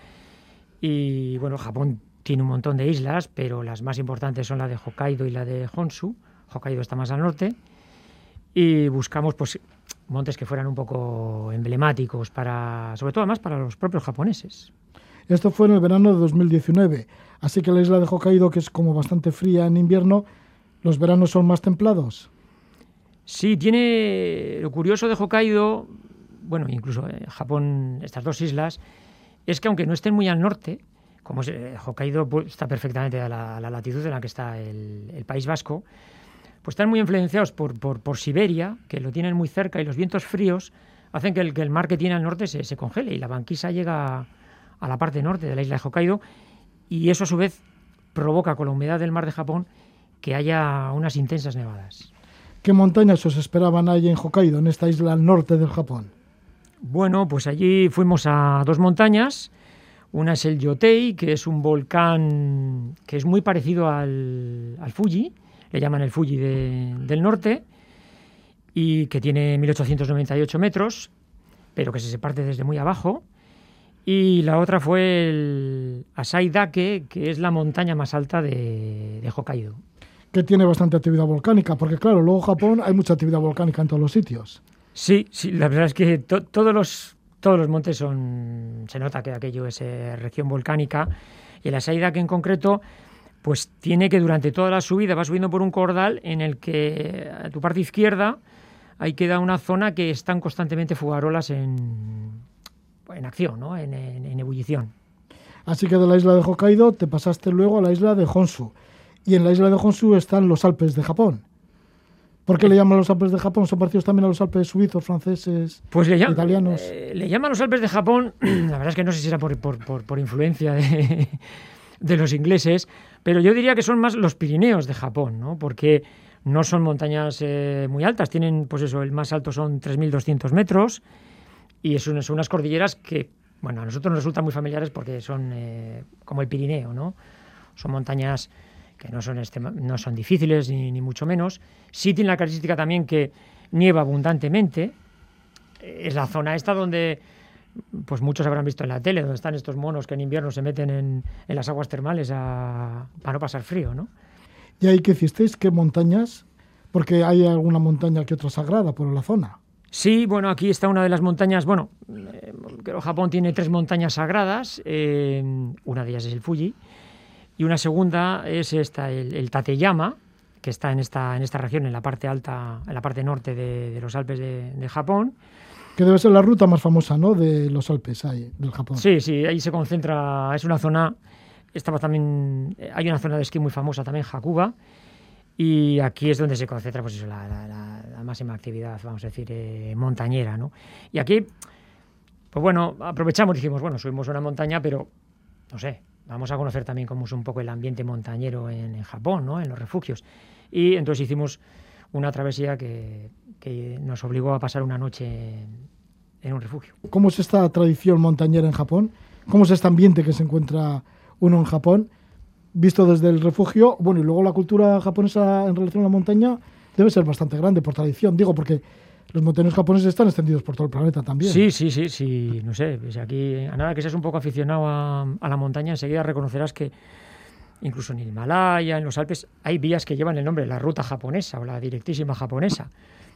Y bueno, Japón tiene un montón de islas, pero las más importantes son la de Hokkaido y la de Honshu. Hokkaido está más al norte. Y buscamos pues montes que fueran un poco emblemáticos, sobre todo además para los propios japoneses. Esto fue en el verano de 2019, así que la isla de Hokkaido, que es como bastante fría en invierno, ¿los veranos son más templados? Sí, tiene lo curioso de Hokkaido, bueno, incluso Japón, estas dos islas, es que aunque no estén muy al norte, como Hokkaido está perfectamente a la latitud en la que está el País Vasco, pues están muy influenciados por Siberia, que lo tienen muy cerca, y los vientos fríos hacen que el mar que tiene al norte se congele y la banquisa llega a la parte norte de la isla de Hokkaido, y eso a su vez provoca con la humedad del mar de Japón que haya unas intensas nevadas. ¿Qué montañas os esperaban ahí en Hokkaido, en esta isla al norte del Japón? Bueno, pues allí fuimos a 2 montañas. Una es el Yotei, que es un volcán que es muy parecido al Fuji, le llaman el Fuji del norte, y que tiene 1898 metros, pero que se parte desde muy abajo. Y la otra fue el Asai Dake, que es la montaña más alta de Hokkaido. Que tiene bastante actividad volcánica, porque claro, luego en Japón hay mucha actividad volcánica en todos los sitios. Sí, la verdad es que todos los montes se nota que aquello es región volcánica, y el Asai Dake en concreto pues tiene que durante toda la subida va subiendo por un cordal en el que a tu parte izquierda ahí queda una zona que están constantemente fugarolas en acción, ¿no? en ebullición. Así que de la isla de Hokkaido te pasaste luego a la isla de Honshu. Y en la isla de Honshu están los Alpes de Japón. ¿Por qué le llaman los Alpes de Japón? ¿Son parecidos también a los Alpes suizos, franceses, pues italianos? Le llaman los Alpes de Japón, la verdad es que no sé si era por influencia de los ingleses, pero yo diría que son más los Pirineos de Japón, ¿no? Porque no son montañas muy altas, tienen, pues eso, el más alto son 3.200 metros, y son unas cordilleras que, bueno, a nosotros nos resultan muy familiares porque son como el Pirineo, ¿no? Son montañas que no son difíciles ni mucho menos. Sí tienen la característica también que nieva abundantemente. Es la zona esta donde pues muchos habrán visto en la tele, donde están estos monos que en invierno se meten en las aguas termales para no pasar frío, ¿no? ¿Y ahí qué hicisteis? ¿Qué montañas? Porque hay alguna montaña que otra sagrada por la zona. Sí, bueno, aquí está una de las montañas, bueno, creo que Japón tiene 3 montañas sagradas, una de ellas es el Fuji, y una segunda es el Tateyama, que está en esta región, en la parte alta, en la parte norte de los Alpes de Japón. Que debe ser la ruta más famosa, ¿no?, de los Alpes ahí, del Japón. Sí, ahí se concentra, es una zona, hay una zona de esquí muy famosa también, Hakuba, y aquí es donde se concentra pues eso, la máxima actividad, vamos a decir, montañera, ¿no? Y aquí, pues bueno, aprovechamos, dijimos, bueno, subimos una montaña, pero, no sé, vamos a conocer también cómo es un poco el ambiente montañero en Japón, ¿no? En los refugios. Y entonces hicimos una travesía que nos obligó a pasar una noche en un refugio. ¿Cómo es esta tradición montañera en Japón? ¿Cómo es este ambiente que se encuentra uno en Japón, visto desde el refugio? Bueno, y luego la cultura japonesa en relación a la montaña debe ser bastante grande por tradición, digo, porque los montañeros japoneses están extendidos por todo el planeta también. Sí, no sé, pues aquí a nada que seas un poco aficionado a la montaña, enseguida reconocerás que incluso en el Himalaya, en los Alpes, hay vías que llevan el nombre, la ruta japonesa o la directísima japonesa.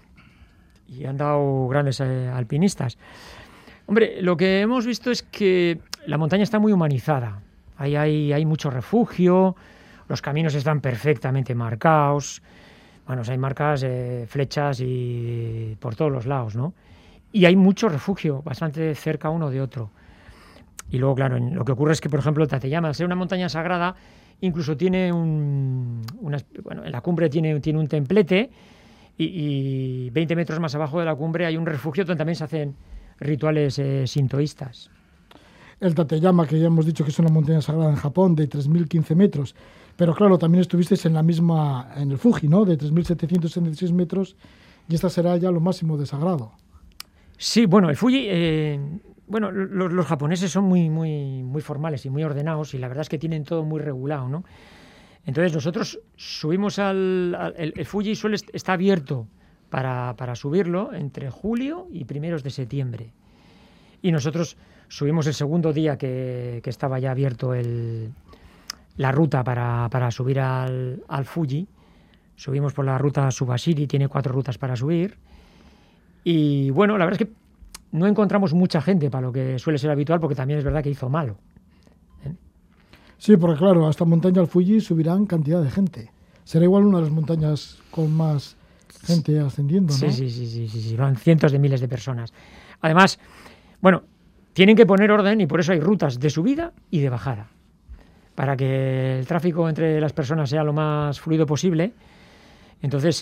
Y han dado grandes alpinistas. Hombre, lo que hemos visto es que la montaña está muy humanizada. Hay mucho refugio, los caminos están perfectamente marcados. Bueno, hay marcas, flechas y por todos los lados, ¿no? Y hay mucho refugio, bastante cerca uno de otro. Y luego, claro, lo que ocurre es que, por ejemplo, el Tateyama, al ser una montaña sagrada, incluso tiene en la cumbre tiene un templete y 20 metros más abajo de la cumbre hay un refugio donde también se hacen rituales sintoístas. El Tateyama, que ya hemos dicho que es una montaña sagrada en Japón, de 3.015 metros. Pero claro, también estuvisteis en el Fuji, ¿no? De 3.776 metros, y esta será ya lo máximo de sagrado. Sí, bueno, el Fuji... los japoneses son muy formales y muy ordenados, y la verdad es que tienen todo muy regulado, ¿no? Entonces nosotros subimos el Fuji está abierto para subirlo entre julio y primeros de septiembre. Y nosotros subimos el segundo día que estaba ya abierto la ruta para subir al Fuji. Subimos por la ruta Subashiri, tiene 4 rutas para subir. Y bueno, la verdad es que no encontramos mucha gente para lo que suele ser habitual, porque también es verdad que hizo malo. Sí, porque claro, a esta montaña, al Fuji, subirán cantidad de gente. Será igual una de las montañas con más gente ascendiendo, ¿no? Sí, van cientos de miles de personas. Además, bueno, tienen que poner orden y por eso hay rutas de subida y de bajada, para que el tráfico entre las personas sea lo más fluido posible. Entonces,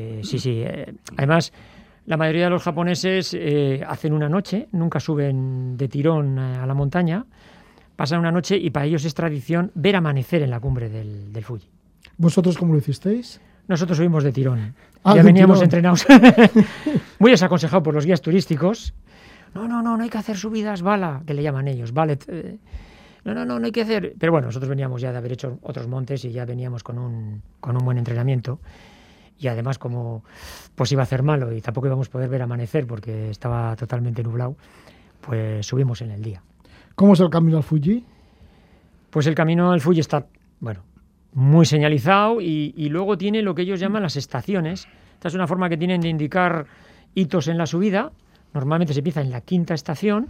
además, la mayoría de los japoneses hacen una noche, nunca suben de tirón a la montaña, pasan una noche y para ellos es tradición ver amanecer en la cumbre del Fuji. ¿Vosotros cómo lo hicisteis? Nosotros subimos de tirón. Ya veníamos entrenados. Muy desaconsejado por los guías turísticos. No hay que hacer subidas bala, que le llaman ellos, ballet. No hay que hacer... Pero bueno, nosotros veníamos ya de haber hecho otros montes y ya veníamos con un buen entrenamiento. Y además, como pues iba a hacer malo y tampoco íbamos a poder ver amanecer porque estaba totalmente nublado, pues subimos en el día. ¿Cómo es el camino al Fuji? Pues el camino al Fuji está, muy señalizado y luego tiene lo que ellos llaman las estaciones. Esta es una forma que tienen de indicar hitos en la subida. Normalmente se empieza en la 5ª estación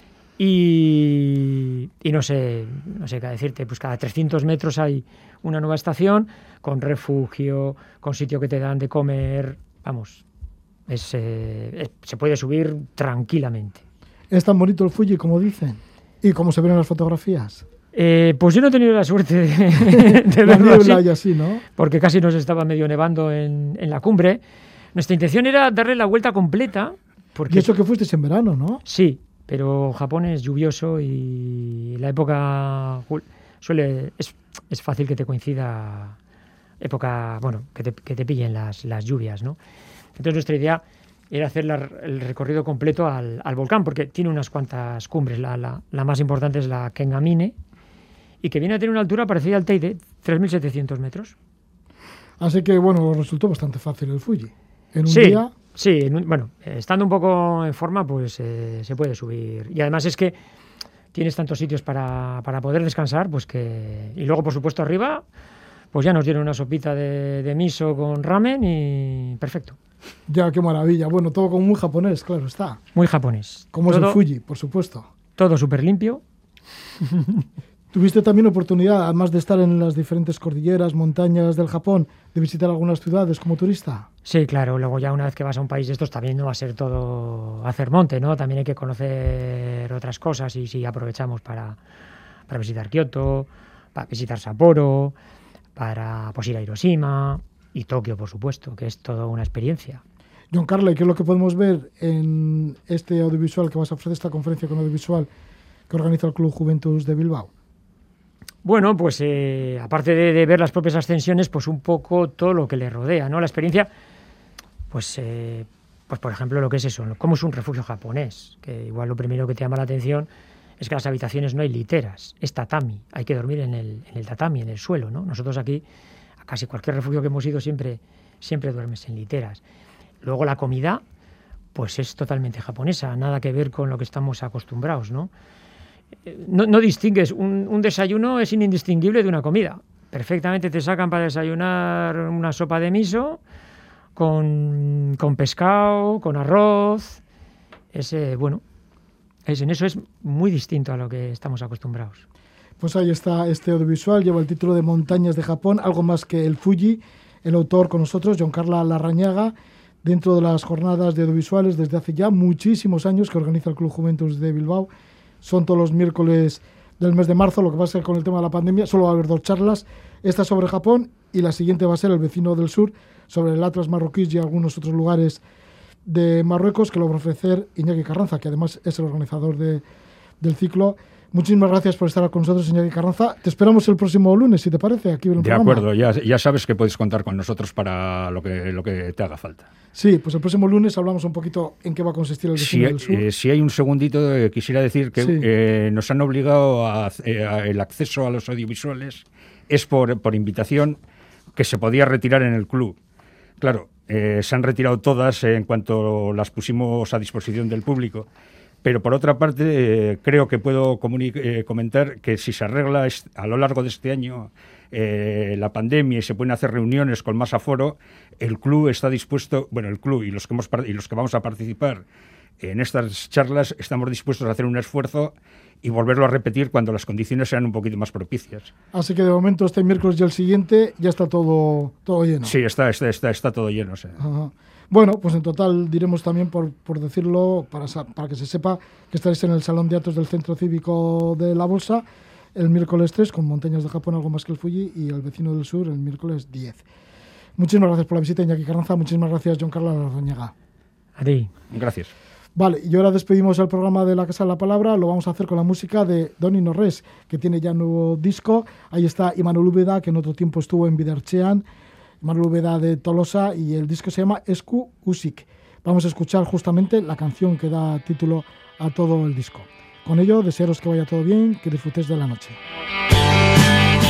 y no sé qué decirte, pues cada 300 metros hay una nueva estación con refugio, con sitio que te dan de comer. Vamos, se puede subir tranquilamente. ¿Es tan bonito el Fuji como dicen? ¿Y cómo se ven en las fotografías? Pues yo no he tenido la suerte de verlo así, ¿no? Porque casi nos estaba medio nevando en la cumbre. Nuestra intención era darle la vuelta completa. Y eso que fuisteis en verano, ¿no? Sí, pero Japón es lluvioso y la época es fácil que te coincida época, que te pillen las lluvias, ¿no? Entonces nuestra idea era hacer el recorrido completo al volcán, porque tiene unas cuantas cumbres. La más importante es la Kengamine, y que viene a tener una altura parecida al Teide, 3.700 metros. Así que, resultó bastante fácil el Fuji. En un día... Sí, estando un poco en forma, pues se puede subir. Y además es que tienes tantos sitios para poder descansar, pues que... Y luego, por supuesto, arriba, pues ya nos dieron una sopita de miso con ramen y perfecto. Ya, qué maravilla. Todo como muy japonés, claro está. Muy japonés. Como todo, es el Fuji, por supuesto. Todo súper limpio. ¿Tuviste también oportunidad, además de estar en las diferentes cordilleras, montañas del Japón, de visitar algunas ciudades como turista? Sí, claro. Luego ya una vez que vas a un país de estos también no va a ser todo hacer monte, ¿no? También hay que conocer otras cosas y sí, aprovechamos para visitar Kioto, para visitar Sapporo, para ir a Hiroshima y Tokio, por supuesto, que es toda una experiencia. John Carley, ¿qué es lo que podemos ver en este audiovisual que vas a ofrecer, esta conferencia con audiovisual que organiza el Club Juventus de Bilbao? Bueno, pues aparte de ver las propias ascensiones, pues un poco todo lo que le rodea, ¿no? La experiencia, pues por ejemplo, lo que es eso, cómo es un refugio japonés, que igual lo primero que te llama la atención es que las habitaciones no hay literas, es tatami, hay que dormir en el tatami, en el suelo, ¿no? Nosotros aquí, a casi cualquier refugio que hemos ido, siempre duermes en literas. Luego la comida, pues es totalmente japonesa, nada que ver con lo que estamos acostumbrados, ¿no? No distingues, un desayuno es indistinguible de una comida. Perfectamente te sacan para desayunar una sopa de miso con pescado, con arroz. En eso es muy distinto a lo que estamos acostumbrados. Pues ahí está este audiovisual, lleva el título de Montañas de Japón, algo más que el Fuji. El autor con nosotros, Joan-Carles Larrañaga, dentro de las jornadas de audiovisuales desde hace ya muchísimos años que organiza el Club Juventus de Bilbao. Son todos los miércoles del mes de marzo. Lo que pasa es que con el tema de la pandemia solo va a haber 2 charlas. Esta sobre Japón y la siguiente va a ser El vecino del sur, sobre el Atlas marroquí y algunos otros lugares de Marruecos, que lo va a ofrecer Iñaki Carranza, que además es el organizador del ciclo. Muchísimas gracias por estar con nosotros, Iñaki Carranza. Te esperamos el próximo lunes, si te parece, aquí en el programa. De acuerdo, ya sabes que puedes contar con nosotros para lo que te haga falta. Sí, pues el próximo lunes hablamos un poquito en qué va a consistir el vecino del sur. Si hay un segundito, quisiera decir que Sí. Nos han obligado a el acceso a los audiovisuales es por invitación, que se podía retirar en el club. Claro, se han retirado todas en cuanto las pusimos a disposición del público. Pero por otra parte, creo que puedo comentar que si se arregla a lo largo de este año la pandemia y se pueden hacer reuniones con más aforo, el club está dispuesto, el club y los que vamos a participar en estas charlas estamos dispuestos a hacer un esfuerzo y volverlo a repetir cuando las condiciones sean un poquito más propicias. Así que de momento este miércoles y el siguiente ya está todo lleno. Sí, está todo lleno. Sí. Ajá. Bueno, pues en total diremos también, por decirlo, para que se sepa, que estaréis en el Salón de Actos del Centro Cívico de La Bolsa el miércoles 3 con Montañas de Japón, algo más que el Fuji, y el vecino del sur el miércoles 10. Muchísimas gracias por la visita, Iñaki Carranza. Muchísimas gracias, Joan-Carles Larrañaga. A ti. Gracias. Vale, y ahora despedimos el programa de La Casa de la Palabra. Lo vamos a hacer con la música de Doni Norres, que tiene ya nuevo disco. Ahí está Imanol Úbeda, que en otro tiempo estuvo en Bidertxean, Imanol Úbeda de Tolosa, y el disco se llama Esku Usik. Vamos a escuchar justamente la canción que da título a todo el disco. Con ello, desearos que vaya todo bien, que disfrutéis de la noche.